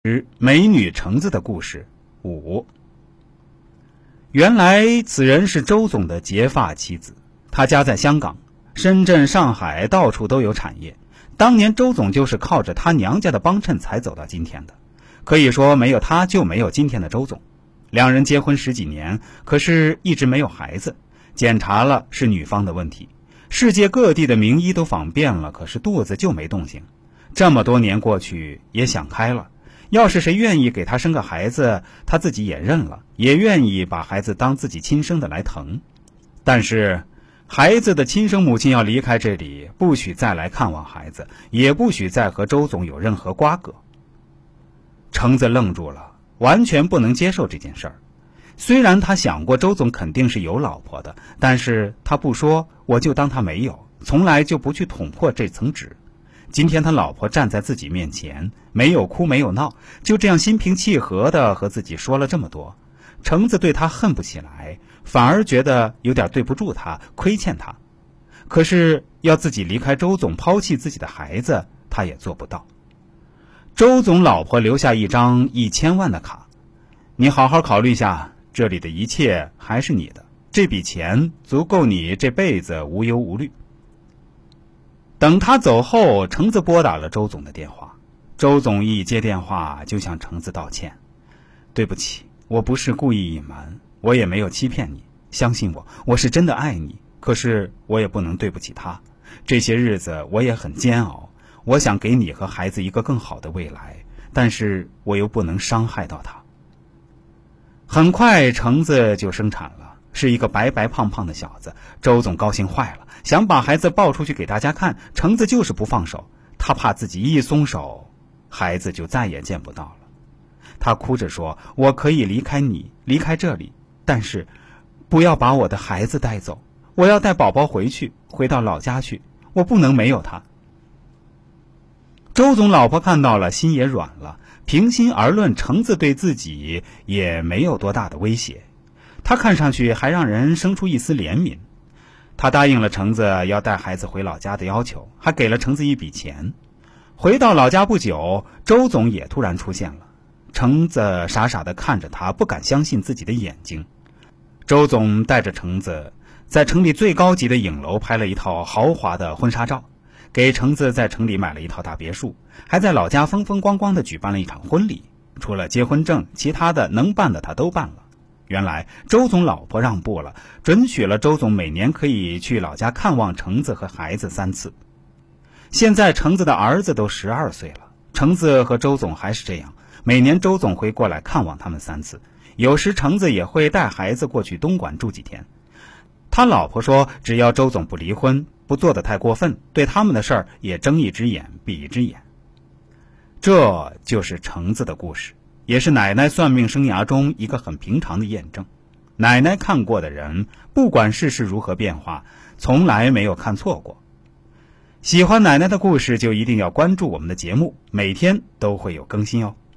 美女橙子的故事5。原来此人是周总的结发妻子，他家在香港、深圳、上海到处都有产业。当年周总就是靠着他娘家的帮衬才走到今天的，可以说没有他就没有今天的周总。两人结婚10几年，可是一直没有孩子，检查了是女方的问题，世界各地的名医都访遍了，可是肚子就没动静。这么多年过去，也想开了，要是谁愿意给他生个孩子，他自己也认了，也愿意把孩子当自己亲生的来疼。但是孩子的亲生母亲要离开这里，不许再来看望孩子，也不许再和周总有任何瓜葛。橙子愣住了，完全不能接受这件事儿。虽然他想过周总肯定是有老婆的，但是他不说，我就当他没有，从来就不去捅破这层纸。今天他老婆站在自己面前，没有哭没有闹，就这样心平气和地和自己说了这么多。橙子对他恨不起来，反而觉得有点对不住他，亏欠他。可是要自己离开周总，抛弃自己的孩子，他也做不到。周总老婆留下一张1000万的卡，你好好考虑一下，这里的一切还是你的，这笔钱足够你这辈子无忧无虑。等他走后，橙子拨打了周总的电话。周总一接电话就向橙子道歉，对不起，我不是故意隐瞒，我也没有欺骗你，相信我，我是真的爱你，可是我也不能对不起他。这些日子我也很煎熬，我想给你和孩子一个更好的未来，但是我又不能伤害到他。很快橙子就生产了，是一个白白胖胖的小子。周总高兴坏了，想把孩子抱出去给大家看，橙子就是不放手，他怕自己一松手，孩子就再也见不到了。他哭着说，我可以离开你，离开这里，但是不要把我的孩子带走，我要带宝宝回到老家去，我不能没有他。周总老婆看到了，心也软了。平心而论，橙子对自己也没有多大的威胁，他看上去还让人生出一丝怜悯。他答应了橙子要带孩子回老家的要求，还给了橙子一笔钱。回到老家不久，周总也突然出现了。橙子傻傻地看着他，不敢相信自己的眼睛。周总带着橙子在城里最高级的影楼拍了一套豪华的婚纱照，给橙子在城里买了一套大别墅，还在老家风风光光地举办了一场婚礼。除了结婚证，其他的能办的他都办了。原来周总老婆让步了，准许了周总每年可以去老家看望橙子和孩子3次。现在橙子的儿子都12岁了，橙子和周总还是这样，每年周总会过来看望他们3次，有时橙子也会带孩子过去东莞住几天。他老婆说，只要周总不离婚，不做得太过分，对他们的事儿也睁一只眼闭一只眼。这就是橙子的故事，也是奶奶算命生涯中一个很平常的验证。奶奶看过的人，不管世事如何变化，从来没有看错过。喜欢奶奶的故事，就一定要关注我们的节目，每天都会有更新哦。